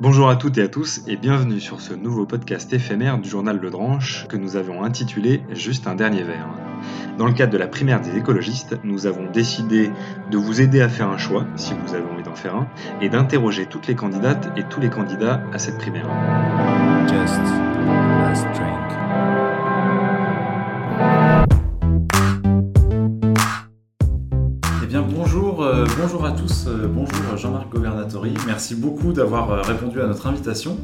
Bonjour à toutes et à tous et bienvenue sur ce nouveau podcast éphémère du journal Le Dranche que nous avons intitulé « Juste un dernier verre ». Dans le cadre de la primaire des écologistes, nous avons décidé de vous aider à faire un choix, si vous avez envie d'en faire un, et d'interroger toutes les candidates et tous les candidats à cette primaire. Just last drink. Eh bien bonjour à tous, bonjour Jean-Marc Governatori, merci beaucoup d'avoir répondu à notre invitation.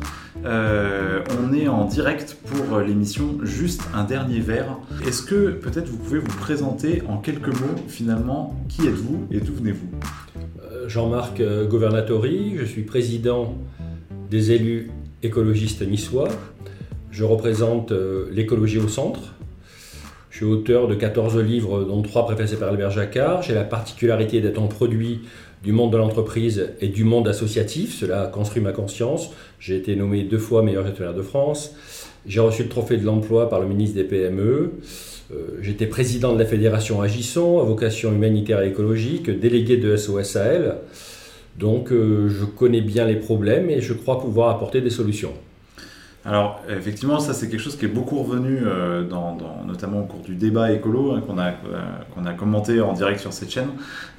On est en direct pour l'émission Juste un dernier verre. Est-ce que peut-être vous pouvez vous présenter en quelques mots finalement, qui êtes-vous et d'où venez-vous ? Jean-Marc Governatori, je suis président des élus écologistes niçois. Je représente l'écologie au centre. Je suis auteur de 14 livres, dont 3 préfacés par Albert Jacquard. J'ai la particularité d'être un produit du monde de l'entreprise et du monde associatif. Cela a construit ma conscience. J'ai été nommé 2 fois meilleur gestionnaire de France. J'ai reçu le trophée de l'emploi par le ministre des PME. J'étais président de la fédération Agisson, à vocation humanitaire et écologique, délégué de SOS Sahel. Donc je connais bien les problèmes et je crois pouvoir apporter des solutions. Alors effectivement, ça c'est quelque chose qui est beaucoup revenu notamment au cours du débat écolo qu'on a commenté en direct sur cette chaîne.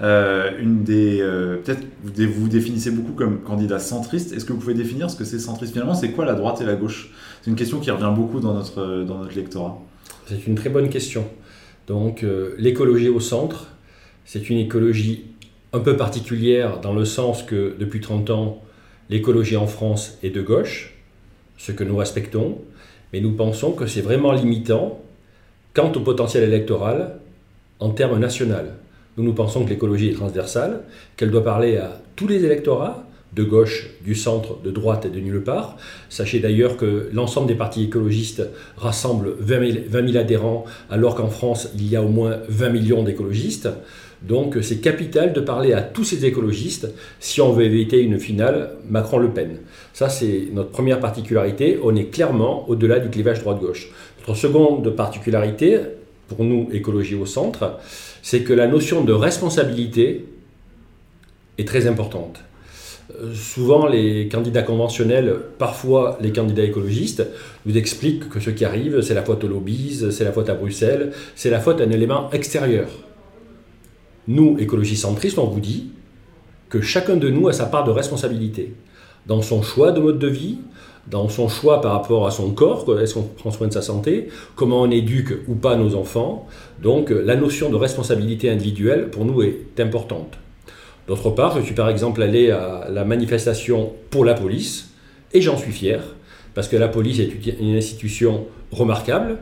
Peut-être vous définissez beaucoup comme candidat centriste. Est-ce que vous pouvez définir ce que c'est centriste finalement ? C'est quoi la droite et la gauche ? C'est une question qui revient beaucoup dans notre lectorat. C'est une très bonne question. Donc l'écologie au centre, c'est une écologie un peu particulière dans le sens que depuis 30 ans, l'écologie en France est de gauche, ce que nous respectons, mais nous pensons que c'est vraiment limitant quant au potentiel électoral en termes nationaux. Nous pensons que l'écologie est transversale, qu'elle doit parler à tous les électorats, de gauche, du centre, de droite et de nulle part. Sachez d'ailleurs que l'ensemble des partis écologistes rassemblent 20 000 adhérents, alors qu'en France, il y a au moins 20 millions d'écologistes. Donc c'est capital de parler à tous ces écologistes si on veut éviter une finale Macron-Le Pen. Ça c'est notre première particularité, on est clairement au-delà du clivage droite-gauche. Notre seconde particularité, pour nous écologie au centre, c'est que la notion de responsabilité est très importante. Souvent les candidats conventionnels, parfois les candidats écologistes, nous expliquent que ce qui arrive c'est la faute aux lobbies, c'est la faute à Bruxelles, c'est la faute à un élément extérieur. Nous, écologie centristes, on vous dit que chacun de nous a sa part de responsabilité dans son choix de mode de vie, dans son choix par rapport à son corps, est-ce qu'on prend soin de sa santé, comment on éduque ou pas nos enfants. Donc la notion de responsabilité individuelle pour nous est importante. D'autre part, je suis par exemple allé à la manifestation pour la police et j'en suis fier parce que la police est une institution remarquable.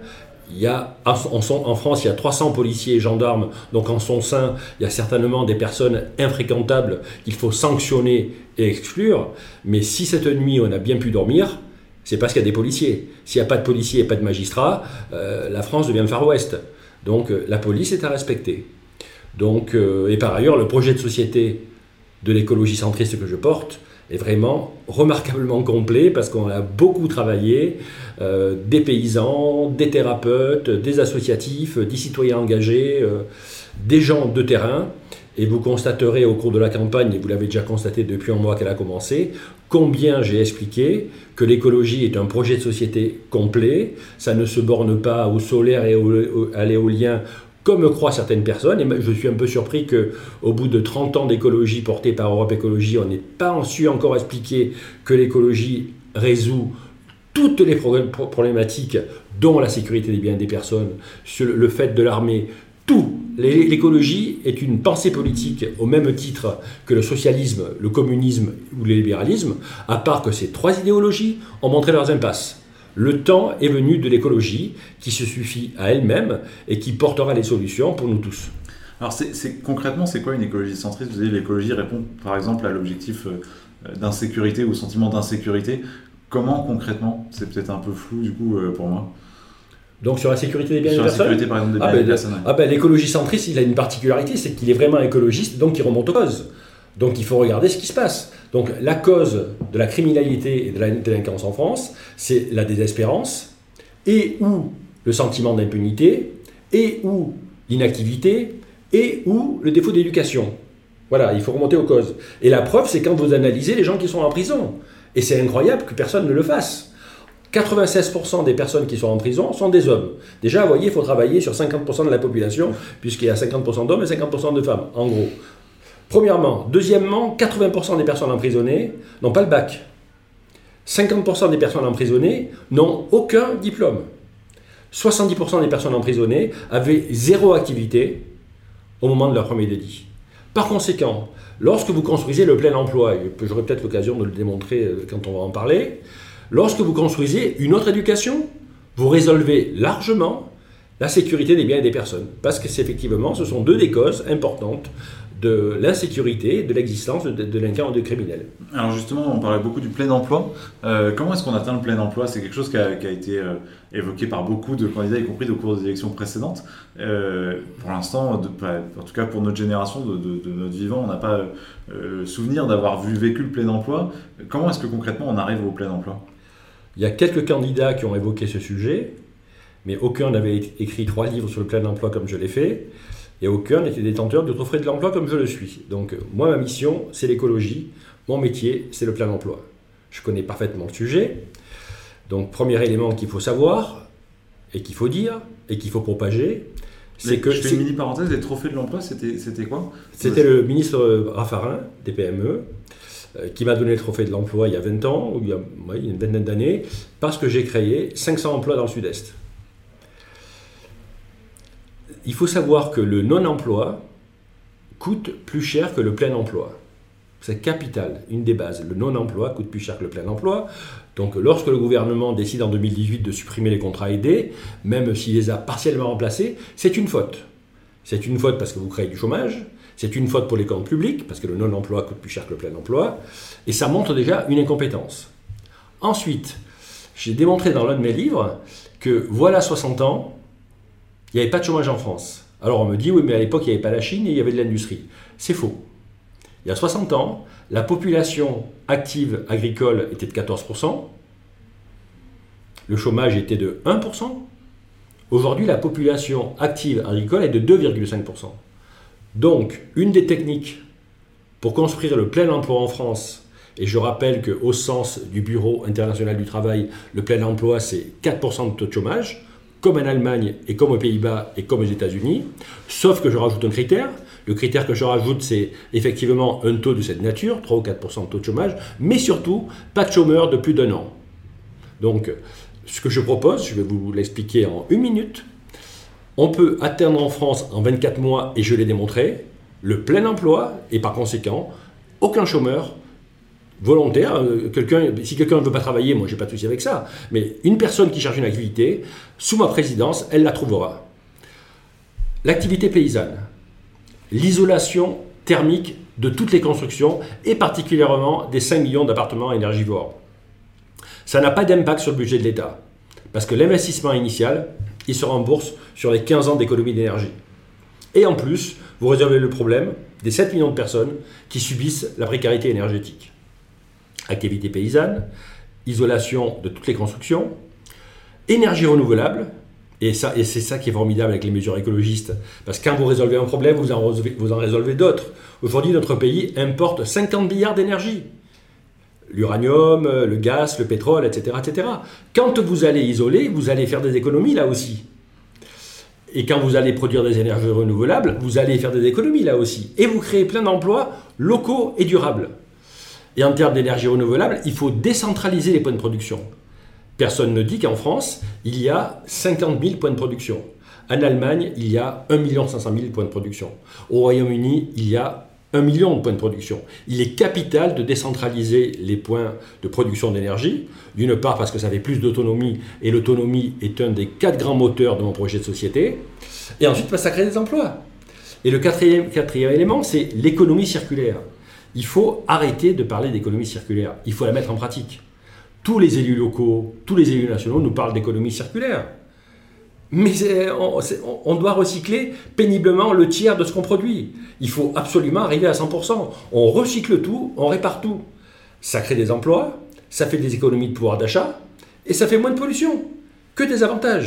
En France, il y a 300 policiers et gendarmes, donc en son sein, il y a certainement des personnes infréquentables qu'il faut sanctionner et exclure. Mais si cette nuit, on a bien pu dormir, c'est parce qu'il y a des policiers. S'il n'y a pas de policiers et pas de magistrats, la France devient le Far West. Donc la police est à respecter. Donc, et par ailleurs, le projet de société de l'écologie centriste que je porte est vraiment remarquablement complet parce qu'on a beaucoup travaillé, des paysans, des thérapeutes, des associatifs, des citoyens engagés, des gens de terrain. Et vous constaterez au cours de la campagne, et vous l'avez déjà constaté depuis un mois qu'elle a commencé, combien j'ai expliqué que l'écologie est un projet de société complet. Ça ne se borne pas au solaire et à l'éolien, comme croient certaines personnes, et je suis un peu surpris qu'au bout de 30 ans d'écologie portée par Europe Écologie, on n'ait pas su encore expliquer que l'écologie résout toutes les problématiques, dont la sécurité des biens des personnes, sur le fait de l'armée, tout. L'écologie est une pensée politique au même titre que le socialisme, le communisme ou le libéralisme, à part que ces 3 idéologies ont montré leurs impasses. Le temps est venu de l'écologie qui se suffit à elle-même et qui portera les solutions pour nous tous. Alors concrètement, c'est quoi une écologie centriste ? Vous savez, l'écologie répond par exemple à l'objectif d'insécurité ou au sentiment d'insécurité. Comment concrètement ? C'est peut-être un peu flou du coup pour moi. Donc sur la sécurité des biens des personnes ? Sur la sécurité par exemple des biens des personnes. L'écologie centriste, il a une particularité, c'est qu'il est vraiment écologiste, donc il remonte aux causes. Donc il faut regarder ce qui se passe. Donc la cause de la criminalité et de la délinquance en France, c'est la désespérance, et ou le sentiment d'impunité, et ou l'inactivité, et ou le défaut d'éducation. Voilà, il faut remonter aux causes. Et la preuve, c'est quand vous analysez les gens qui sont en prison. Et c'est incroyable que personne ne le fasse. 96% des personnes qui sont en prison sont des hommes. Déjà, vous voyez, il faut travailler sur 50% de la population, puisqu'il y a 50% d'hommes et 50% de femmes, en gros. Premièrement. Deuxièmement, 80% des personnes emprisonnées n'ont pas le bac. 50% des personnes emprisonnées n'ont aucun diplôme. 70% des personnes emprisonnées avaient zéro activité au moment de leur premier délit. Par conséquent, lorsque vous construisez le plein emploi, et j'aurai peut-être l'occasion de le démontrer quand on va en parler, lorsque vous construisez une autre éducation, vous résolvez largement la sécurité des biens et des personnes. Parce que effectivement, ce sont deux des causes importantes de l'insécurité, de l'existence de délinquants ou de criminels. Alors justement, on parlait beaucoup du plein emploi. Comment est-ce qu'on atteint le plein emploi ? C'est quelque chose qui a été évoqué par beaucoup de candidats, y compris au cours des élections précédentes. Pour l'instant, en tout cas pour notre génération, de notre vivant, on n'a pas souvenir d'avoir vécu le plein emploi. Comment est-ce que concrètement on arrive au plein emploi ? Il y a quelques candidats qui ont évoqué ce sujet, mais aucun n'avait écrit 3 livres sur le plein emploi comme je l'ai fait. Et aucun n'était détenteur du trophée de l'emploi comme je le suis. Donc moi, ma mission, c'est l'écologie. Mon métier, c'est le plein emploi. Je connais parfaitement le sujet. Donc premier élément qu'il faut savoir, et qu'il faut dire, et qu'il faut propager, c'est que... Je fais une mini parenthèse, les trophées de l'emploi, c'était quoi ? C'était le ministre Raffarin, des PME, qui m'a donné le trophée de l'emploi il y a 20 ans, ou il y a une vingtaine d'années, parce que j'ai créé 500 emplois dans le Sud-Est. Il faut savoir que le non-emploi coûte plus cher que le plein emploi. C'est capital, une des bases. Le non-emploi coûte plus cher que le plein emploi. Donc lorsque le gouvernement décide en 2018 de supprimer les contrats aidés, même s'il les a partiellement remplacés, c'est une faute. C'est une faute parce que vous créez du chômage, c'est une faute pour les comptes publics, parce que le non-emploi coûte plus cher que le plein emploi, et ça montre déjà une incompétence. Ensuite, j'ai démontré dans l'un de mes livres que voilà 60 ans, il n'y avait pas de chômage en France. Alors on me dit, oui, mais à l'époque, il n'y avait pas la Chine et il y avait de l'industrie. C'est faux. Il y a 60 ans, la population active agricole était de 14%, le chômage était de 1%. Aujourd'hui, la population active agricole est de 2,5%. Donc, une des techniques pour construire le plein emploi en France, et je rappelle qu'au sens du Bureau international du travail, le plein emploi, c'est 4% de taux de chômage, comme en Allemagne et comme aux Pays-Bas et comme aux États-Unis, sauf que je rajoute un critère. Le critère que je rajoute, c'est effectivement un taux de cette nature, 3 ou 4% de taux de chômage, mais surtout, pas de chômeurs de plus d'1 an. Donc, ce que je propose, je vais vous l'expliquer en 1 minute, on peut atteindre en France en 24 mois, et je l'ai démontré, le plein emploi, et par conséquent, aucun chômeur volontaire. Si quelqu'un ne veut pas travailler, moi j'ai pas de souci avec ça, mais une personne qui cherche une activité, sous ma présidence, elle la trouvera. L'activité paysanne, l'isolation thermique de toutes les constructions, et particulièrement des 5 millions d'appartements énergivores. Ça n'a pas d'impact sur le budget de l'État, parce que l'investissement initial, il se rembourse sur les 15 ans d'économie d'énergie. Et en plus, vous résolvez le problème des 7 millions de personnes qui subissent la précarité énergétique. Activité paysanne, isolation de toutes les constructions, énergie renouvelable, et c'est ça qui est formidable avec les mesures écologistes, parce que quand vous résolvez un problème, vous en résolvez d'autres. Aujourd'hui, notre pays importe 50 milliards d'énergie. L'uranium, le gaz, le pétrole, etc., etc. Quand vous allez isoler, vous allez faire des économies là aussi. Et quand vous allez produire des énergies renouvelables, vous allez faire des économies là aussi. Et vous créez plein d'emplois locaux et durables. Et en termes d'énergie renouvelable, il faut décentraliser les points de production. Personne ne dit qu'en France, il y a 50 000 points de production. En Allemagne, il y a 1 500 000 points de production. Au Royaume-Uni, il y a 1 million de points de production. Il est capital de décentraliser les points de production d'énergie, d'une part parce que ça fait plus d'autonomie, et l'autonomie est un des 4 grands moteurs de mon projet de société, et ensuite parce que ça crée des emplois. Et le quatrième élément, c'est l'économie circulaire. Il faut arrêter de parler d'économie circulaire, il faut la mettre en pratique. Tous les élus locaux, tous les élus nationaux nous parlent d'économie circulaire. Mais on doit recycler péniblement le tiers de ce qu'on produit. Il faut absolument arriver à 100%. On recycle tout, on répare tout. Ça crée des emplois, ça fait des économies de pouvoir d'achat, et ça fait moins de pollution. Que des avantages.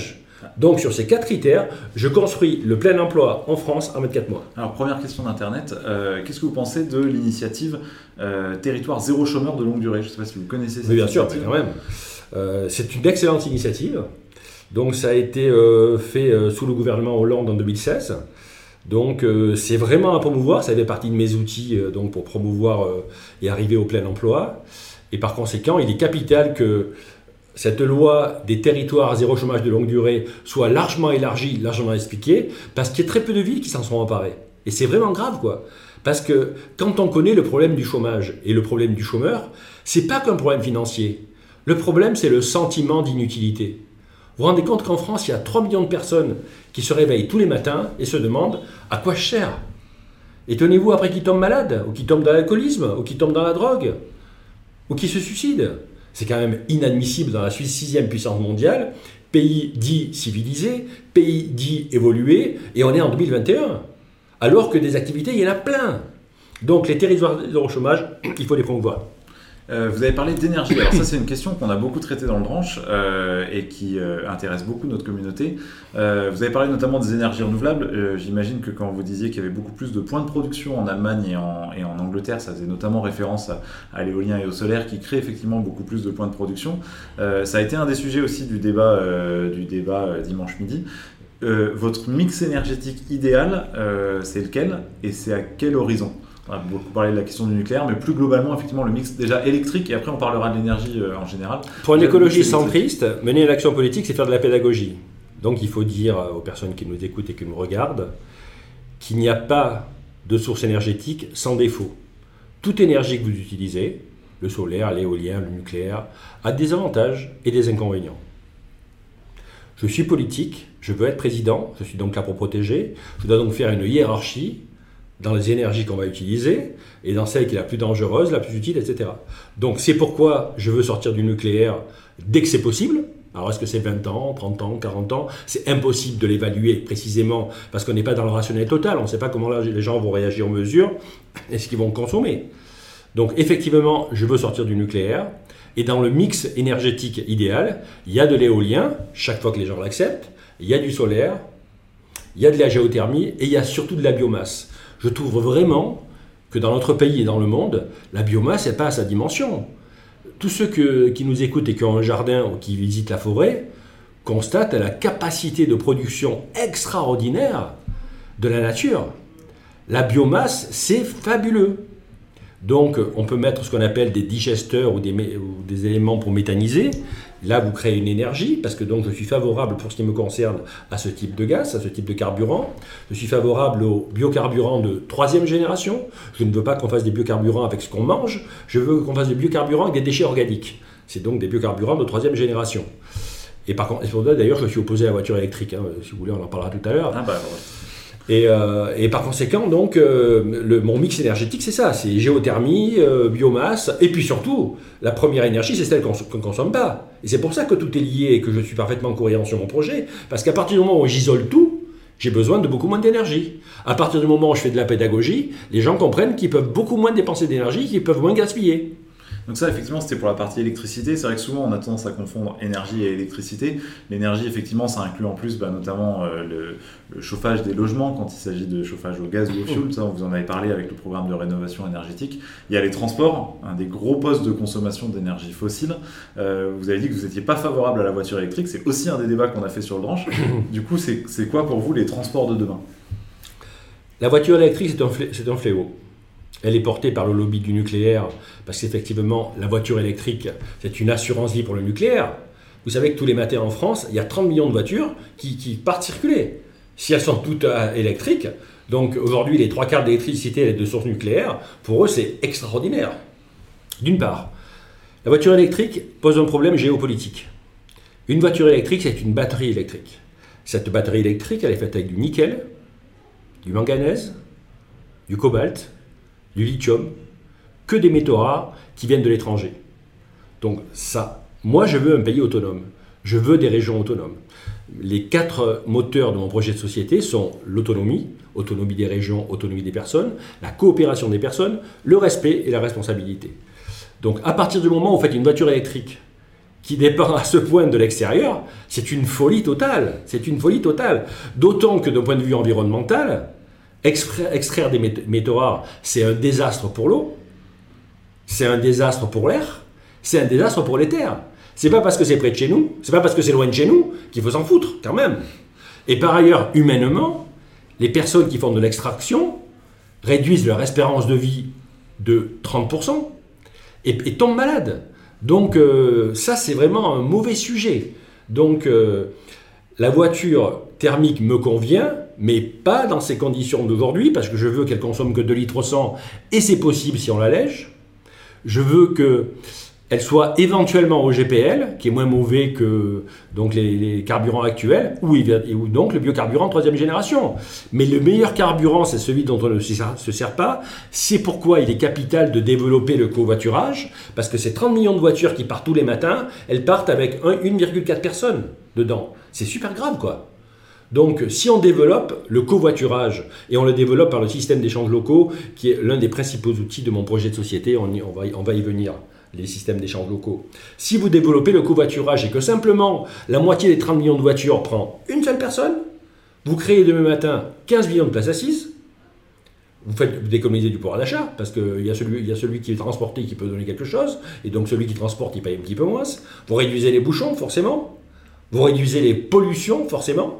Donc sur ces 4 critères, je construis le plein emploi en France en 24 mois. Alors première question d'Internet, qu'est-ce que vous pensez de l'initiative Territoire zéro chômeur de longue durée? Je ne sais pas si vous connaissez cette Bien sûr, initiative. quand même. C'est une excellente initiative. Donc ça a été fait sous le gouvernement Hollande en 2016. Donc c'est vraiment à promouvoir, ça fait partie de mes outils donc pour promouvoir et arriver au plein emploi. Et par conséquent, il est capital que cette loi des territoires zéro chômage de longue durée soit largement élargie, largement expliquée, parce qu'il y a très peu de villes qui s'en sont emparées. Et c'est vraiment grave, quoi. Parce que quand on connaît le problème du chômage et le problème du chômeur, c'est pas qu'un problème financier. Le problème, c'est le sentiment d'inutilité. Vous vous rendez compte qu'en France, il y a 3 millions de personnes qui se réveillent tous les matins et se demandent à quoi je sers. Et tenez-vous après qu'ils tombent malades, ou qu'ils tombent dans l'alcoolisme, ou qu'ils tombent dans la drogue, ou qu'ils se suicident. C'est quand même inadmissible dans la Suisse, 6e puissance mondiale, pays dit civilisé, pays dit évolué, et on est en 2021, alors que des activités, il y en a plein. Donc les territoires zéro chômage, il faut les promouvoir. Vous avez parlé d'énergie. Alors ça, c'est une question qu'on a beaucoup traitée dans le Dranche et qui intéresse beaucoup notre communauté. Vous avez parlé notamment des énergies renouvelables. J'imagine que quand vous disiez qu'il y avait beaucoup plus de points de production en Allemagne et en Angleterre, ça faisait notamment référence à l'éolien et au solaire qui créent effectivement beaucoup plus de points de production. Ça a été un des sujets aussi du débat dimanche midi. Votre mix énergétique idéal, c'est lequel et c'est à quel horizon? On a beaucoup parlé de la question du nucléaire, mais plus globalement, effectivement, le mix déjà électrique, et après on parlera de l'énergie en général. Pour une écologie centriste, mener une action politique, c'est faire de la pédagogie. Donc il faut dire aux personnes qui nous écoutent et qui nous regardent qu'il n'y a pas de source énergétique sans défaut. Toute énergie que vous utilisez, le solaire, l'éolien, le nucléaire, a des avantages et des inconvénients. Je suis politique, je veux être président, je suis donc là pour protéger, je dois donc faire une hiérarchie dans les énergies qu'on va utiliser, et dans celle qui est la plus dangereuse, la plus utile, etc. Donc c'est pourquoi je veux sortir du nucléaire dès que c'est possible. Alors est-ce que c'est 20 ans, 30 ans, 40 ans? C'est impossible de l'évaluer précisément, parce qu'on n'est pas dans le rationnel total, on ne sait pas comment les gens vont réagir aux mesures, et ce qu'ils vont consommer. Donc effectivement, je veux sortir du nucléaire, et dans le mix énergétique idéal, il y a de l'éolien, chaque fois que les gens l'acceptent, il y a du solaire, il y a de la géothermie, et il y a surtout de la biomasse. Je trouve vraiment que dans notre pays et dans le monde, la biomasse n'est pas à sa dimension. Tous ceux qui nous écoutent et qui ont un jardin ou qui visitent la forêt constatent la capacité de production extraordinaire de la nature. La biomasse, c'est fabuleux. Donc, on peut mettre ce qu'on appelle des digesteurs ou des éléments pour méthaniser. Là, vous créez une énergie, parce que donc je suis favorable, pour ce qui me concerne, à ce type de gaz, à ce type de carburant. Je suis favorable aux biocarburants de 3e génération. Je ne veux pas qu'on fasse des biocarburants avec ce qu'on mange. Je veux qu'on fasse des biocarburants avec des déchets organiques. C'est donc des biocarburants de 3e génération. Et par contre, c'est pour ça d'ailleurs que je suis opposé à la voiture électrique. Si vous voulez, on en parlera tout à l'heure. Ah bah, Et par conséquent, donc, mon mix énergétique, c'est ça, c'est géothermie, biomasse, et puis surtout, la première énergie, c'est celle qu'on ne consomme pas. Et c'est pour ça que tout est lié et que je suis parfaitement cohérent sur mon projet, parce qu'à partir du moment où j'isole tout, j'ai besoin de beaucoup moins d'énergie. À partir du moment où je fais de la pédagogie, les gens comprennent qu'ils peuvent beaucoup moins dépenser d'énergie, qu'ils peuvent moins gaspiller. Donc ça, effectivement, c'était pour la partie électricité. C'est vrai que souvent, on a tendance à confondre énergie et électricité. L'énergie, effectivement, ça inclut en plus notamment le chauffage des logements quand il s'agit de chauffage au gaz ou au fioul. Ça, vous en avez parlé avec le programme de rénovation énergétique. Il y a les transports, un des gros postes de consommation d'énergie fossile. Vous avez dit que vous n'étiez pas favorable à la voiture électrique. C'est aussi un des débats qu'on a fait sur le Dranche. Du coup, c'est quoi pour vous les transports de demain? La voiture électrique, c'est un fléau. Elle est portée par le lobby du nucléaire, parce qu'effectivement, la voiture électrique, c'est une assurance vie pour le nucléaire. Vous savez que tous les matins en France, il y a 30 millions de voitures qui partent circuler. Si elles sont toutes électriques, donc aujourd'hui, les 3/4 d'électricité est de source nucléaire, pour eux, c'est extraordinaire. D'une part, la voiture électrique pose un problème géopolitique. Une voiture électrique, c'est une batterie électrique. Cette batterie électrique, elle est faite avec du nickel, du manganèse, du cobalt, du lithium, que des métaux rares qui viennent de l'étranger. Donc ça, moi je veux un pays autonome, je veux des régions autonomes. Les 4 moteurs de mon projet de société sont l'autonomie, autonomie des régions, autonomie des personnes, la coopération des personnes, le respect et la responsabilité. Donc à partir du moment où vous faites une voiture électrique qui dépend à ce point de l'extérieur, c'est une folie totale. C'est une folie totale. D'autant que d'un point de vue environnemental, extraire des métaux rares, c'est un désastre pour l'eau, c'est un désastre pour l'air, c'est un désastre pour les terres. C'est pas parce que c'est près de chez nous, c'est pas parce que c'est loin de chez nous qu'il faut s'en foutre, quand même. Et par ailleurs, humainement, les personnes qui font de l'extraction réduisent leur espérance de vie de 30% et tombent malades. Donc ça, c'est vraiment un mauvais sujet. Donc la voiture thermique me convient, mais pas dans ces conditions d'aujourd'hui, parce que je veux qu'elle consomme que 2 litres au 100, et c'est possible si on l'allège. Je veux qu'elle soit éventuellement au GPL, qui est moins mauvais que donc, les carburants actuels, ou donc le biocarburant de 3e génération. Mais le meilleur carburant, c'est celui dont on ne se sert pas. C'est pourquoi il est capital de développer le covoiturage, parce que ces 30 millions de voitures qui partent tous les matins, elles partent avec 1,4 personnes dedans. C'est super grave, quoi. Donc, si on développe le covoiturage, et on le développe par le système d'échanges locaux, qui est l'un des principaux outils de mon projet de société, on va y venir, les systèmes d'échanges locaux. Si vous développez le covoiturage et que simplement la moitié des 30 millions de voitures prend une seule personne, vous créez demain matin 15 millions de places assises, vous économisez du pouvoir d'achat, parce qu'il y a celui qui est transporté qui peut donner quelque chose, et donc celui qui transporte, il paye un petit peu moins. Vous réduisez les bouchons, forcément. Vous réduisez les pollutions, forcément.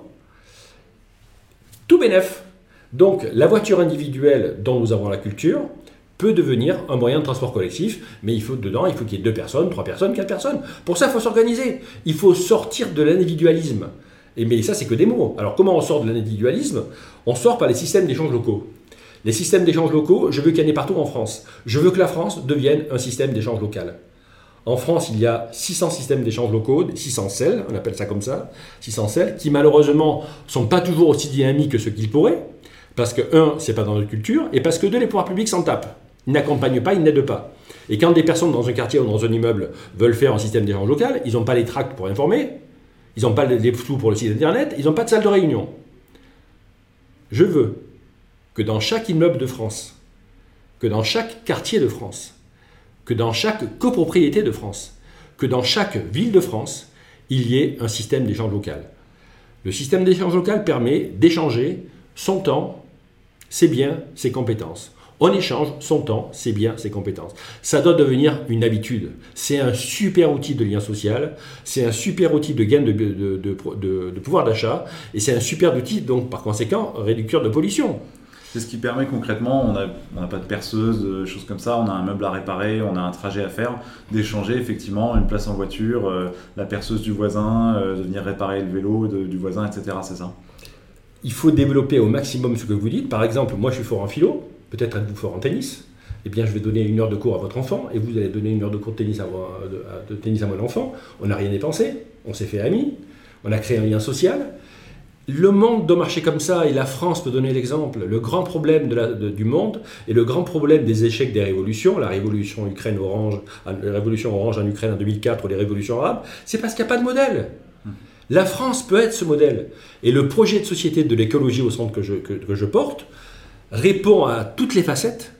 Tout bénef. Donc, la voiture individuelle dont nous avons la culture peut devenir un moyen de transport collectif, mais il faut qu'il y ait 2 personnes, 3 personnes, 4 personnes. Pour ça, il faut s'organiser. Il faut sortir de l'individualisme. Mais ça, c'est que des mots. Alors, comment on sort de l'individualisme? On sort par les systèmes d'échanges locaux. Les systèmes d'échanges locaux, je veux qu'il y en ait partout en France. Je veux que la France devienne un système d'échange local. En France, il y a 600 systèmes d'échanges locaux, 600 CEL, on appelle ça comme ça, 600 CEL, qui malheureusement ne sont pas toujours aussi dynamiques que ce qu'ils pourraient, parce que, 1, ce n'est pas dans notre culture, et parce que 2, les pouvoirs publics s'en tapent. Ils n'accompagnent pas, ils n'aident pas. Et quand des personnes dans un quartier ou dans un immeuble veulent faire un système d'échange local, ils n'ont pas les tracts pour informer, ils n'ont pas les sous pour le site internet, ils n'ont pas de salle de réunion. Je veux que dans chaque immeuble de France, que dans chaque quartier de France, que dans chaque copropriété de France, que dans chaque ville de France, il y ait un système d'échange local. Le système d'échange local permet d'échanger son temps, ses biens, ses compétences. On échange son temps, ses biens, ses compétences. Ça doit devenir une habitude. C'est un super outil de lien social, c'est un super outil de gain de pouvoir d'achat, et c'est un super outil, donc par conséquent, réducteur de pollution. C'est ce qui permet concrètement, on n'a pas de perceuse, choses comme ça, on a un meuble à réparer, on a un trajet à faire, d'échanger effectivement une place en voiture, la perceuse du voisin, de venir réparer le vélo du voisin, etc. C'est ça? Il faut développer au maximum ce que vous dites. Par exemple, moi je suis fort en philo, peut-être êtes-vous fort en tennis. Eh bien, je vais donner 1 heure de cours à votre enfant et vous allez donner 1 heure de cours de tennis à mon enfant. On n'a rien dépensé, on s'est fait amis, on a créé un lien social. Le monde doit marcher comme ça et la France peut donner l'exemple. Le grand problème du monde et le grand problème des échecs des révolutions, la révolution orange en Ukraine en 2004 ou les révolutions arabes, c'est parce qu'il n'y a pas de modèle. La France peut être ce modèle. Et le projet de société de l'écologie au centre que je porte répond à toutes les facettes.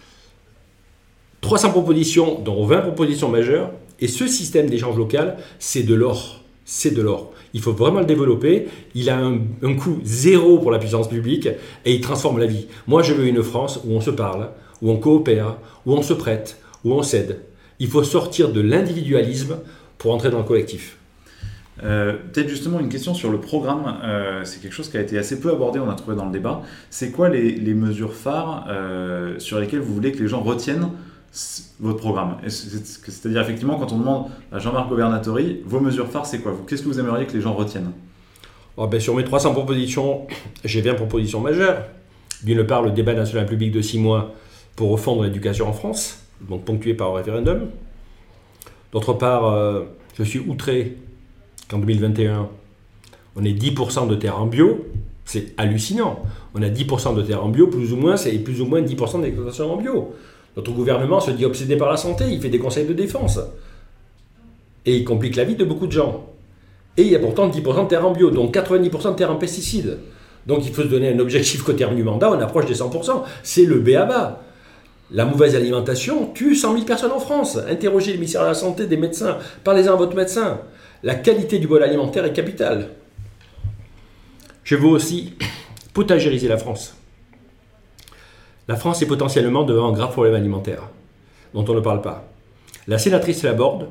300 propositions, dont 20 propositions majeures. Et ce système d'échange local, c'est de l'or. C'est de l'or. Il faut vraiment le développer. Il a un coût 0 pour la puissance publique et il transforme la vie. Moi, je veux une France où on se parle, où on coopère, où on se prête, où on s'aide. Il faut sortir de l'individualisme pour entrer dans le collectif. Peut-être justement une question sur le programme. C'est quelque chose qui a été assez peu abordé, on a trouvé dans le débat. C'est quoi les mesures phares sur lesquelles vous voulez que les gens retiennent votre programme? C'est-à-dire effectivement quand on demande à Jean-Marc Governatori, vos mesures phares c'est quoi? Qu'est-ce que vous aimeriez que les gens retiennent? Sur mes 300 propositions, j'ai 20 propositions majeures. D'une part, le débat national public de 6 mois pour refondre l'éducation en France, donc ponctué par un référendum. D'autre part, je suis outré qu'en 2021, on ait 10% de terres en bio. C'est hallucinant. On a 10% de terres en bio, plus ou moins, c'est plus ou moins 10% d'exploitation en bio. Notre gouvernement se dit obsédé par la santé, il fait des conseils de défense. Et il complique la vie de beaucoup de gens. Et il y a pourtant 10% de terres en bio, donc 90% de terres en pesticides. Donc il faut se donner un objectif qu'au terme du mandat, on approche des 100%. C'est le b.a.-ba. La mauvaise alimentation tue 100 000 personnes en France. Interrogez le ministère de la Santé, des médecins, parlez-en à votre médecin. La qualité du bol alimentaire est capitale. Je veux aussi potagériser la France. La France est potentiellement devant un grave problème alimentaire, dont on ne parle pas. La sénatrice Laborde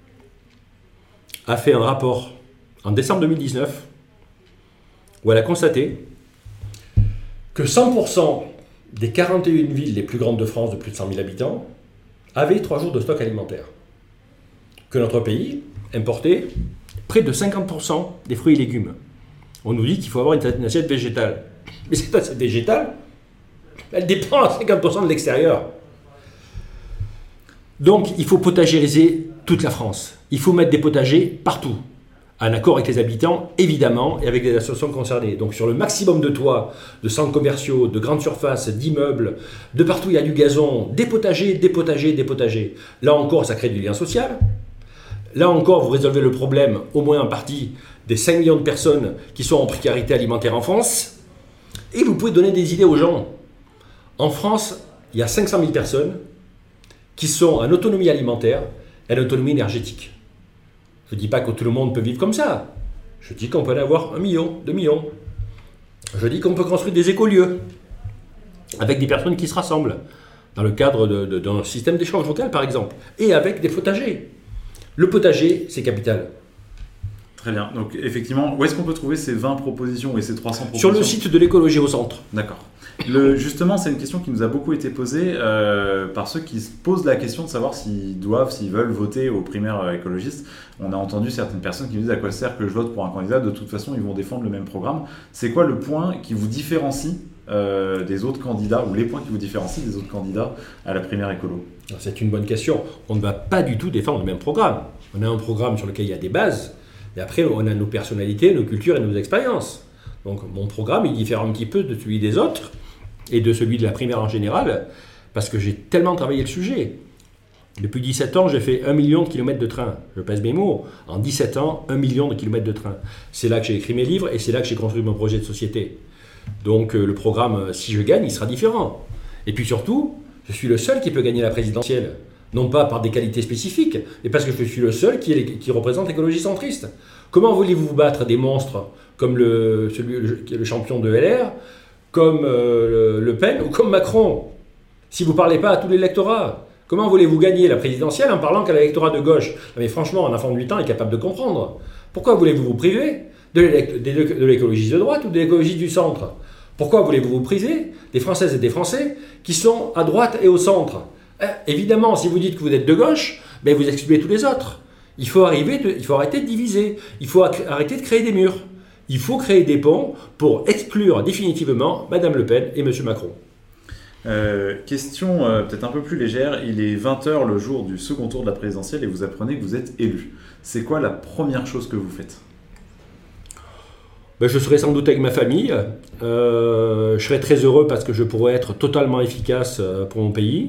a fait un rapport en décembre 2019 où elle a constaté que 100% des 41 villes les plus grandes de France de plus de 100 000 habitants avaient 3 jours de stock alimentaire. Que notre pays importait près de 50% des fruits et légumes. On nous dit qu'il faut avoir une assiette végétale. Mais cette assiette végétale, elle dépend à 50% de l'extérieur. Donc il faut potagériser toute la France. Il faut mettre des potagers partout. En accord avec les habitants, évidemment, et avec les associations concernées. Donc sur le maximum de toits, de centres commerciaux, de grandes surfaces, d'immeubles, de partout où il y a du gazon, des potagers, des potagers, des potagers. Là encore, ça crée du lien social. Là encore, vous résolvez le problème, au moins en partie, des 5 millions de personnes qui sont en précarité alimentaire en France. Et vous pouvez donner des idées aux gens. En France, il y a 500 000 personnes qui sont en autonomie alimentaire et en autonomie énergétique. Je ne dis pas que tout le monde peut vivre comme ça. Je dis qu'on peut en avoir 1 million, 2 millions. Je dis qu'on peut construire des écolieux avec des personnes qui se rassemblent dans le cadre d'un système d'échange local, par exemple, et avec des potagers. Le potager, c'est capital. Très bien. Donc, effectivement, où est-ce qu'on peut trouver ces 20 propositions et ces 300 propositions ? Sur le site de l'écologie au centre. D'accord. Justement, c'est une question qui nous a beaucoup été posée par ceux qui se posent la question de savoir s'ils veulent voter aux primaires écologistes. On a entendu certaines personnes qui nous disent à quoi sert que je vote pour un candidat, de toute façon, ils vont défendre le même programme. C'est quoi le point qui vous différencie des autres candidats, ou les points qui vous différencient des autres candidats à la primaire écolo ? C'est une bonne question. On ne va pas du tout défendre le même programme. On a un programme sur lequel il y a des bases, et après, on a nos personnalités, nos cultures et nos expériences. Donc, mon programme, il diffère un petit peu de celui des autres et de celui de la primaire en général, parce que j'ai tellement travaillé le sujet. Depuis 17 ans, j'ai fait 1 million de kilomètres de train. Je pèse mes mots. En 17 ans, 1 million de kilomètres de train. C'est là que j'ai écrit mes livres et c'est là que j'ai construit mon projet de société. Donc, le programme, si je gagne, il sera différent. Et puis surtout, je suis le seul qui peut gagner la présidentielle. Non pas par des qualités spécifiques, mais parce que je suis le seul qui représente l'écologie centriste. Comment voulez-vous vous battre des monstres comme celui qui est le champion de LR, comme Le Pen ou comme Macron, si vous ne parlez pas à tout l'électorat? Comment voulez-vous gagner la présidentielle en parlant qu'à l'électorat de gauche? Mais franchement, un enfant de 8 ans est capable de comprendre. Pourquoi voulez-vous vous priver de l'écologie de droite ou de l'écologie du centre? Pourquoi voulez-vous vous priver des Françaises et des Français qui sont à droite et au centre? Évidemment, si vous dites que vous êtes de gauche, ben vous excluez tous les autres. Il faut arrêter de diviser. Il faut arrêter de créer des murs. Il faut créer des ponts pour exclure définitivement Mme Le Pen et M. Macron. Question peut-être un peu plus légère. Il est 20h le jour du second tour de la présidentielle et vous apprenez que vous êtes élu. C'est quoi la première chose que vous faites ? Je serai sans doute avec ma famille. Je serai très heureux parce que je pourrai être totalement efficace pour mon pays.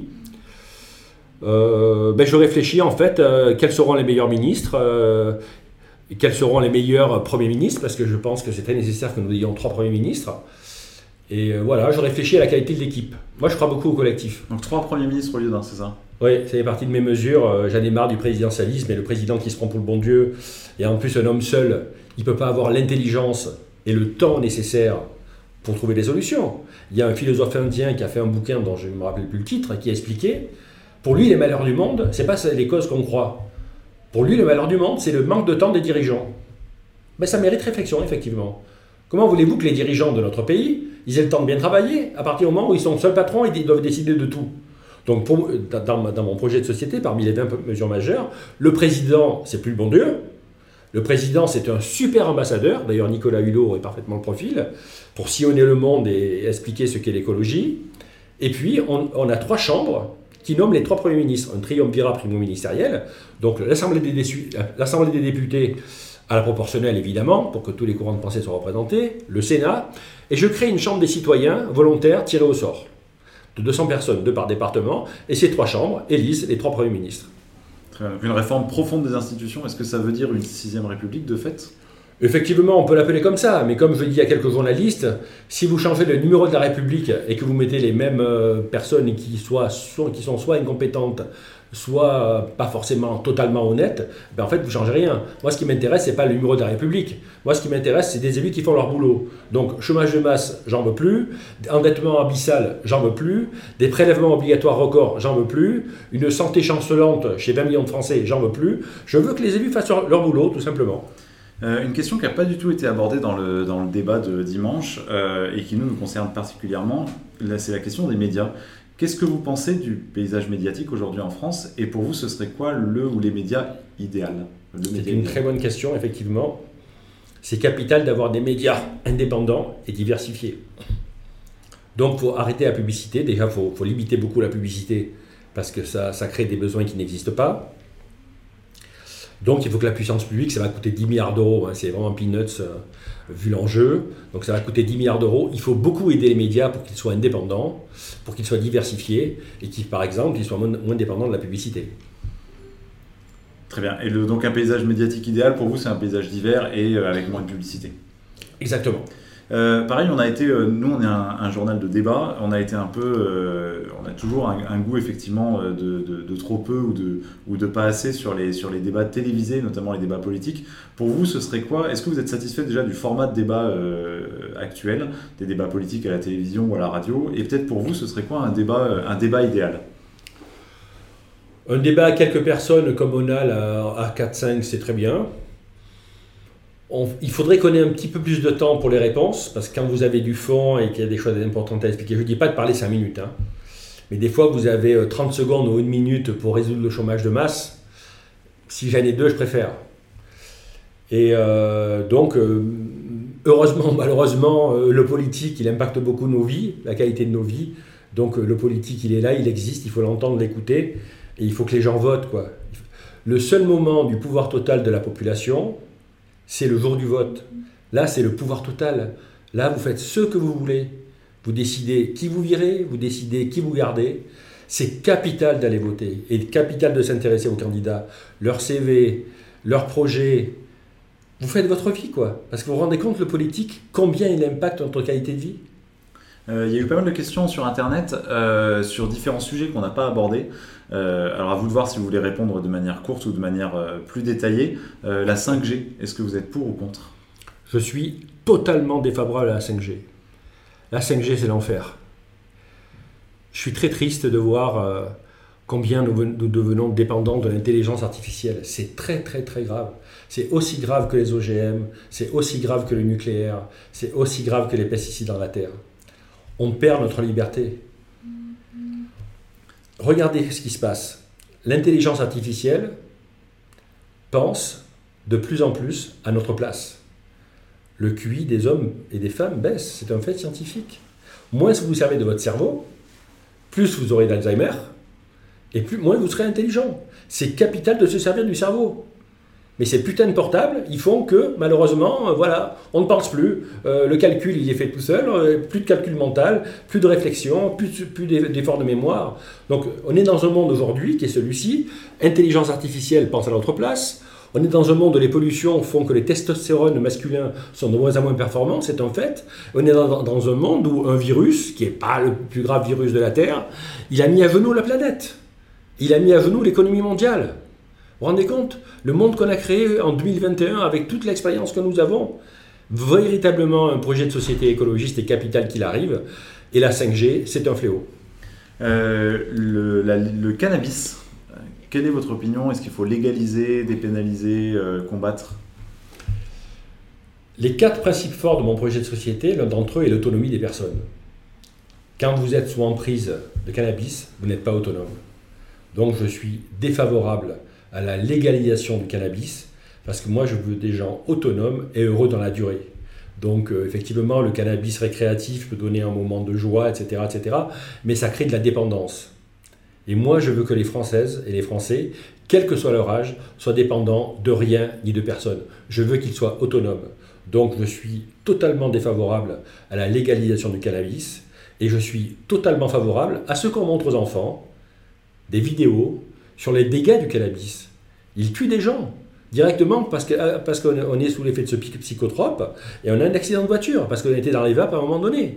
Je réfléchis en fait quels seront les meilleurs ministres, quels seront les meilleurs premiers ministres, parce que je pense que c'est très nécessaire que nous ayons 3 premiers ministres. Et voilà, je réfléchis à la qualité de l'équipe. Moi, je crois beaucoup au collectif. Donc 3 premiers ministres au lieu d'un, c'est ça ? Oui, ça fait partie de mes mesures. J'en ai marre du présidentialisme et le président qui se prend pour le bon Dieu. Et en plus, un homme seul, il ne peut pas avoir l'intelligence et le temps nécessaire pour trouver des solutions. Il y a un philosophe indien qui a fait un bouquin dont je ne me rappelle plus le titre, qui a expliqué, pour lui, les malheurs du monde, ce n'est pas les causes qu'on croit. Pour lui, le malheur du monde, c'est le manque de temps des dirigeants. Ça mérite réflexion, effectivement. Comment voulez-vous que les dirigeants de notre pays, ils aient le temps de bien travailler à partir du moment où ils sont seuls patrons et ils doivent décider de tout? Donc, dans mon projet de société, parmi les 20 mesures majeures, le président, c'est plus le bon Dieu. Le président, c'est un super ambassadeur. D'ailleurs, Nicolas Hulot aurait parfaitement le profil pour sillonner le monde et expliquer ce qu'est l'écologie. Et puis, on a 3 chambres qui nomment les 3 premiers ministres, un triumvirat primo-ministériel, donc l'Assemblée des députés à la proportionnelle évidemment, pour que tous les courants de pensée soient représentés, le Sénat, et je crée une chambre des citoyens volontaires tirés au sort, de 200 personnes, 2 par département, et ces 3 chambres élisent les 3 premiers ministres. Une réforme profonde des institutions, est-ce que ça veut dire une 6e République de fait ? Effectivement, on peut l'appeler comme ça, mais comme je dis à quelques journalistes, si vous changez le numéro de la République et que vous mettez les mêmes personnes qui sont soit incompétentes, soit pas forcément totalement honnêtes, en fait, vous ne changez rien. Moi, ce qui m'intéresse, ce n'est pas le numéro de la République. Moi, ce qui m'intéresse, c'est des élus qui font leur boulot. Donc, chômage de masse, j'en veux plus. Endettement abyssal, j'en veux plus. Des prélèvements obligatoires records, j'en veux plus. Une santé chancelante chez 20 millions de Français, j'en veux plus. Je veux que les élus fassent leur boulot, tout simplement. Une question qui n'a pas du tout été abordée dans le débat de dimanche et qui nous concerne particulièrement, c'est la question des médias. Qu'est-ce que vous pensez du paysage médiatique aujourd'hui en France et pour vous, ce serait quoi le ou les médias idéal? C'est une très bonne question, effectivement. C'est capital d'avoir des médias indépendants et diversifiés. Donc, il faut arrêter la publicité. Déjà, il faut limiter beaucoup la publicité parce que ça crée des besoins qui n'existent pas. Donc il faut que la puissance publique, ça va coûter 10 milliards d'euros, c'est vraiment peanuts vu l'enjeu, donc ça va coûter 10 milliards d'euros. Il faut beaucoup aider les médias pour qu'ils soient indépendants, pour qu'ils soient diversifiés et qu'ils, par exemple, ils soient moins dépendants de la publicité. Très bien, et donc un paysage médiatique idéal pour vous, c'est un paysage divers et avec moins de publicité. Exactement. Pareil, on est un journal de débat, on a été un peu, on a toujours un goût effectivement de trop peu ou de pas assez sur les débats télévisés, notamment les débats politiques. Pour vous, ce serait quoi? Est-ce que vous êtes satisfait déjà du format de débat actuel, des débats politiques à la télévision ou à la radio? Et peut-être pour vous, ce serait quoi un débat idéal? Un débat à quelques personnes comme on a à 4-5, c'est très bien. Il faudrait qu'on ait un petit peu plus de temps pour les réponses, parce que quand vous avez du fond et qu'il y a des choses importantes à expliquer, je ne dis pas de parler 5 minutes, mais des fois vous avez 30 secondes ou 1 minute pour résoudre le chômage de masse. Si j'en ai 2, je préfère. Et donc, heureusement, malheureusement, le politique, il impacte beaucoup nos vies, la qualité de nos vies. Donc le politique, il est là, il existe, il faut l'entendre, l'écouter, et il faut que les gens votent, quoi. Le seul moment du pouvoir total de la population, c'est le jour du vote. Là, c'est le pouvoir total. Là, vous faites ce que vous voulez. Vous décidez qui vous virez, vous décidez qui vous gardez. C'est capital d'aller voter et capital de s'intéresser aux candidats, leur CV, leur projet. Vous faites votre vie, quoi. Parce que vous vous rendez compte, le politique, combien il impacte notre qualité de vie. Il y a eu pas mal de questions sur Internet sur différents sujets qu'on n'a pas abordés. Alors à vous de voir si vous voulez répondre de manière courte ou de manière plus détaillée. La 5G, est-ce que vous êtes pour ou contre? Je suis totalement défavorable à la 5G. La 5G, c'est l'enfer. Je suis très triste de voir combien nous devenons dépendants de l'intelligence artificielle. C'est très très très grave. C'est aussi grave que les OGM, c'est aussi grave que le nucléaire, c'est aussi grave que les pesticides dans la terre. On perd notre liberté. Regardez ce qui se passe. L'intelligence artificielle pense de plus en plus à notre place. Le QI des hommes et des femmes baisse, c'est un fait scientifique. Moins vous servez de votre cerveau, plus vous aurez d'Alzheimer, et moins vous serez intelligent. C'est capital de se servir du cerveau. Mais ces putains de portables, ils font que, malheureusement, on ne pense plus. Le calcul, il est fait tout seul, plus de calcul mental, plus de réflexion, plus d'effort de mémoire. Donc, on est dans un monde aujourd'hui qui est celui-ci. Intelligence artificielle pense à notre place. On est dans un monde où les pollutions font que les testostérones masculins sont de moins en moins performants, c'est un fait. On est dans un monde où un virus, qui n'est pas le plus grave virus de la Terre, il a mis à genoux la planète. Il a mis à genoux l'économie mondiale. Vous vous rendez compte? Le monde qu'on a créé en 2021, avec toute l'expérience que nous avons, véritablement un projet de société écologiste et capital qu'il arrive. Et la 5G, c'est un fléau. Le cannabis, quelle est votre opinion? Est-ce qu'il faut légaliser, dépénaliser, combattre? Les 4 principes forts de mon projet de société, l'un d'entre eux est l'autonomie des personnes. Quand vous êtes sous emprise de cannabis, vous n'êtes pas autonome. Donc je suis défavorable à la légalisation du cannabis, parce que moi je veux des gens autonomes et heureux dans la durée. Donc effectivement, le cannabis récréatif peut donner un moment de joie, etc., mais ça crée de la dépendance. Et moi je veux que les Françaises et les Français, quel que soit leur âge, soient dépendants de rien ni de personne. Je veux qu'ils soient autonomes. Donc je suis totalement défavorable à la légalisation du cannabis, et je suis totalement favorable à ce qu'on montre aux enfants, des vidéos sur les dégâts du cannabis. Il tue des gens. directement parce qu'on est sous l'effet de ce psychotrope et on a un accident de voiture parce qu'on était dans les vapes à un moment donné.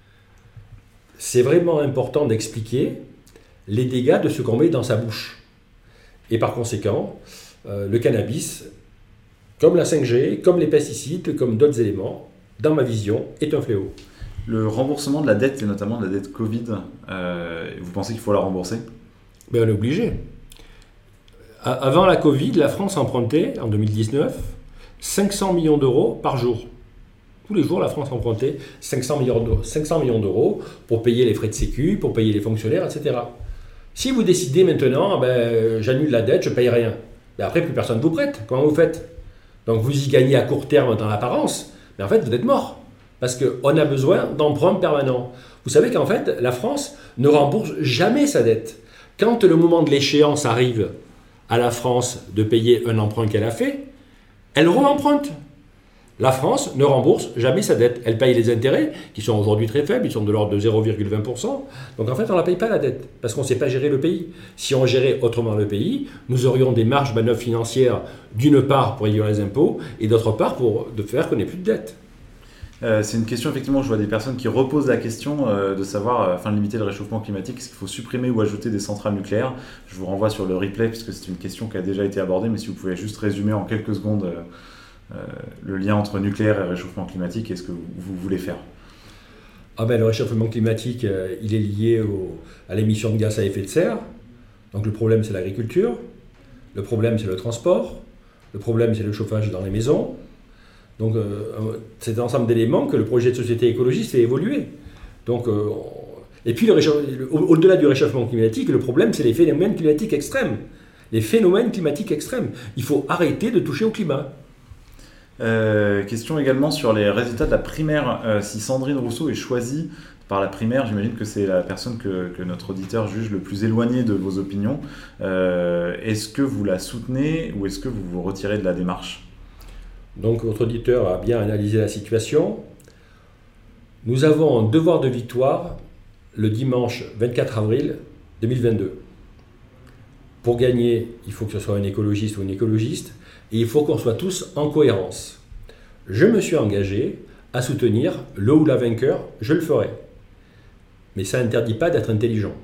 C'est vraiment important d'expliquer les dégâts de ce qu'on met dans sa bouche. Et par conséquent, le cannabis, comme la 5G, comme les pesticides, comme d'autres éléments, dans ma vision, est un fléau. Le remboursement de la dette, et notamment de la dette Covid, vous pensez qu'il faut la rembourser ? Ben, on est obligé. Avant la Covid, la France empruntait, en 2019, 500 millions d'euros par jour. Tous les jours, la France empruntait 500 millions d'euros pour payer les frais de sécu, pour payer les fonctionnaires, etc. Si vous décidez maintenant, j'annule la dette, je ne paye rien, après, plus personne ne vous prête. Comment vous faites ? Donc vous y gagnez à court terme dans l'apparence, mais en fait, vous êtes mort. Parce qu'on a besoin d'emprunts permanents. Vous savez qu'en fait, la France ne rembourse jamais sa dette. Quand le moment de l'échéance arrive à la France de payer un emprunt qu'elle a fait, elle re-emprunte. La France ne rembourse jamais sa dette. Elle paye les intérêts, qui sont aujourd'hui très faibles, ils sont de l'ordre de 0,20%. Donc en fait, on ne la paye pas la dette, parce qu'on ne sait pas gérer le pays. Si on gérait autrement le pays, nous aurions des marges de manœuvre financières, d'une part pour réduire les impôts, et d'autre part pour faire qu'on n'ait plus de dette. C'est une question, effectivement, je vois des personnes qui reposent la question de savoir, afin de limiter le réchauffement climatique, est-ce qu'il faut supprimer ou ajouter des centrales nucléaires ? Je vous renvoie sur le replay, puisque c'est une question qui a déjà été abordée, mais si vous pouvez juste résumer en quelques secondes le lien entre nucléaire et réchauffement climatique, et ce que vous voulez faire. Le réchauffement climatique, il est lié à l'émission de gaz à effet de serre. Donc le problème, c'est l'agriculture. Le problème, c'est le transport. Le problème, c'est le chauffage dans les maisons. Donc, c'est un ensemble d'éléments que le projet de société écologiste fait évoluer. Donc, et puis, au-delà du réchauffement climatique, le problème, c'est les phénomènes climatiques extrêmes. Les phénomènes climatiques extrêmes. Il faut arrêter de toucher au climat. Question également sur les résultats de la primaire. Si Sandrine Rousseau est choisie par la primaire, j'imagine que c'est la personne que notre auditeur juge le plus éloignée de vos opinions. Est-ce que vous la soutenez ou est-ce que vous vous retirez de la démarche ? Donc votre auditeur a bien analysé la situation. Nous avons un devoir de victoire le dimanche 24 avril 2022. Pour gagner, il faut que ce soit un écologiste ou une écologiste, et il faut qu'on soit tous en cohérence. Je me suis engagé à soutenir le ou la vainqueur, je le ferai. Mais ça n'interdit pas d'être intelligent.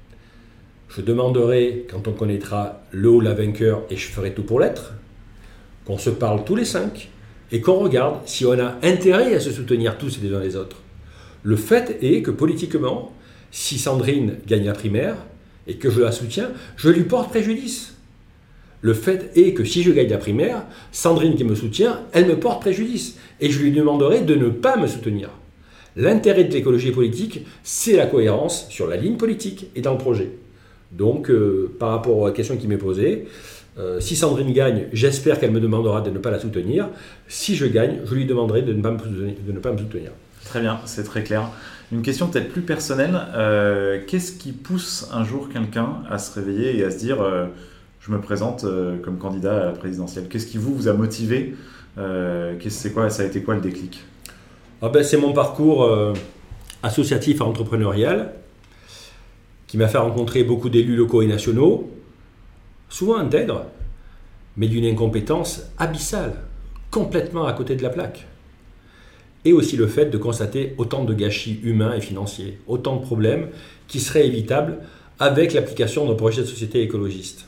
Je demanderai, quand on connaîtra le ou la vainqueur, et je ferai tout pour l'être, qu'on se parle tous les 5 et qu'on regarde si on a intérêt à se soutenir tous les uns les autres. Le fait est que politiquement, si Sandrine gagne la primaire et que je la soutiens, je lui porte préjudice. Le fait est que si je gagne la primaire, Sandrine qui me soutient, elle me porte préjudice et je lui demanderai de ne pas me soutenir. L'intérêt de l'écologie politique, c'est la cohérence sur la ligne politique et dans le projet. Donc, par rapport à la question qui m'est posée, si Sandrine gagne, j'espère qu'elle me demandera de ne pas la soutenir. Si je gagne, je lui demanderai de ne pas me soutenir. Très bien, c'est très clair. Une question peut-être plus personnelle. Qu'est-ce qui pousse un jour quelqu'un à se réveiller et à se dire je me présente comme candidat à la présidentielle ? Qu'est-ce qui vous a motivé ? Ça a été quoi le déclic ? C'est mon parcours associatif et entrepreneurial qui m'a fait rencontrer beaucoup d'élus locaux et nationaux, souvent intègres, mais d'une incompétence abyssale, complètement à côté de la plaque. Et aussi le fait de constater autant de gâchis humains et financiers, autant de problèmes qui seraient évitables avec l'application d'un projet de société écologiste.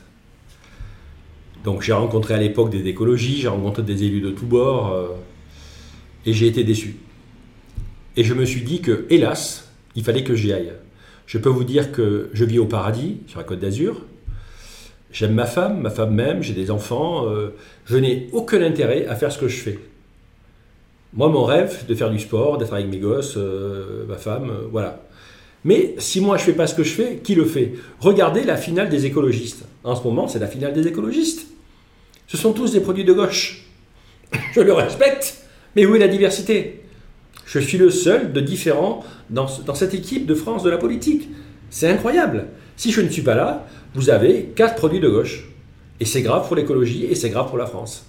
Donc j'ai rencontré à l'époque des écologies, j'ai rencontré des élus de tous bords, et j'ai été déçu. Et je me suis dit que, hélas, il fallait que j'y aille. Je peux vous dire que je vis au paradis, sur la Côte d'Azur. J'aime ma femme m'aime, j'ai des enfants. Je n'ai aucun intérêt à faire ce que je fais. Moi, mon rêve, de faire du sport, d'être avec mes gosses, ma femme, voilà. Mais si moi je ne fais pas ce que je fais, qui le fait ? Regardez la finale des écologistes. En ce moment, c'est la finale des écologistes. Ce sont tous des produits de gauche. Je le respecte, mais où est la diversité ? Je suis le seul de différent dans cette équipe de France de la politique. C'est incroyable. Si je ne suis pas là, vous avez 4 produits de gauche. Et c'est grave pour l'écologie et c'est grave pour la France.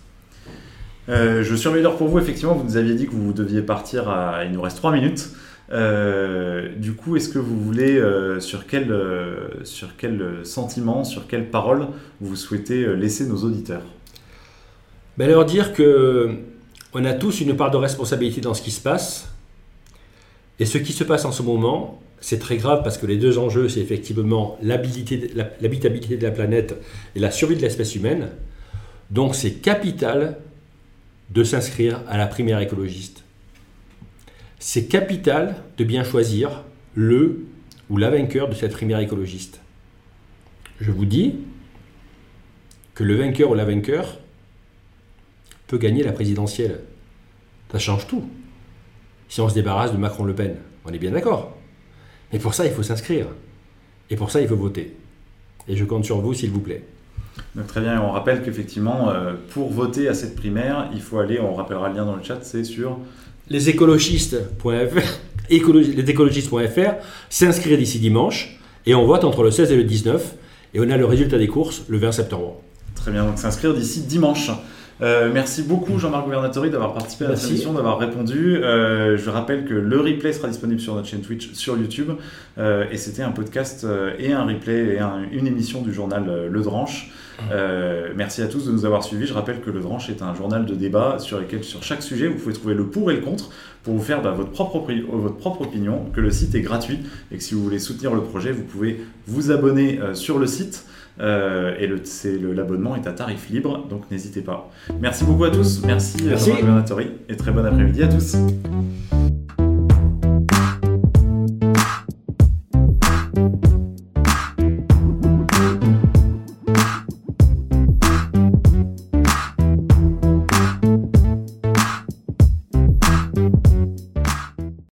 Je surveille l'heure pour vous. Effectivement, vous nous aviez dit que vous deviez partir il nous reste 3 minutes. Du coup, est-ce que vous voulez, sur quel sentiment, sur quelle parole vous souhaitez laisser nos auditeurs ? Leur dire qu'on a tous une part de responsabilité dans ce qui se passe. Et ce qui se passe en ce moment, c'est très grave parce que les deux enjeux, c'est effectivement l'habitabilité de la planète et la survie de l'espèce humaine. Donc c'est capital de s'inscrire à la primaire écologiste. C'est capital de bien choisir le ou la vainqueur de cette primaire écologiste. Je vous dis que le vainqueur ou la vainqueur peut gagner la présidentielle. Ça change tout. Si on se débarrasse de Macron-Le Pen, on est bien d'accord. Mais pour ça, il faut s'inscrire. Et pour ça, il faut voter. Et je compte sur vous, s'il vous plaît. Donc très bien, et on rappelle qu'effectivement, pour voter à cette primaire, il faut aller, on rappellera le lien dans le chat, c'est sur lesécologistes.fr, s'inscrire d'ici dimanche, et on vote entre le 16 et le 19, et on a le résultat des courses le 20 septembre. Très bien, donc s'inscrire d'ici dimanche. Merci beaucoup Jean-Marc Governatori d'avoir participé à notre émission, d'avoir répondu. Je rappelle que le replay sera disponible sur notre chaîne Twitch, sur YouTube. Et c'était un podcast et un replay et une émission du journal Le Dranche. Merci à tous de nous avoir suivis. Je rappelle que Le Dranche est un journal de débat sur chaque sujet, vous pouvez trouver le pour et le contre pour vous faire votre propre opinion, que le site est gratuit et que si vous voulez soutenir le projet, vous pouvez vous abonner sur le site. L'abonnement est à tarif libre, donc n'hésitez pas. Merci beaucoup à tous, merci. Jean-Marc Governatori, et très bon après-midi à tous.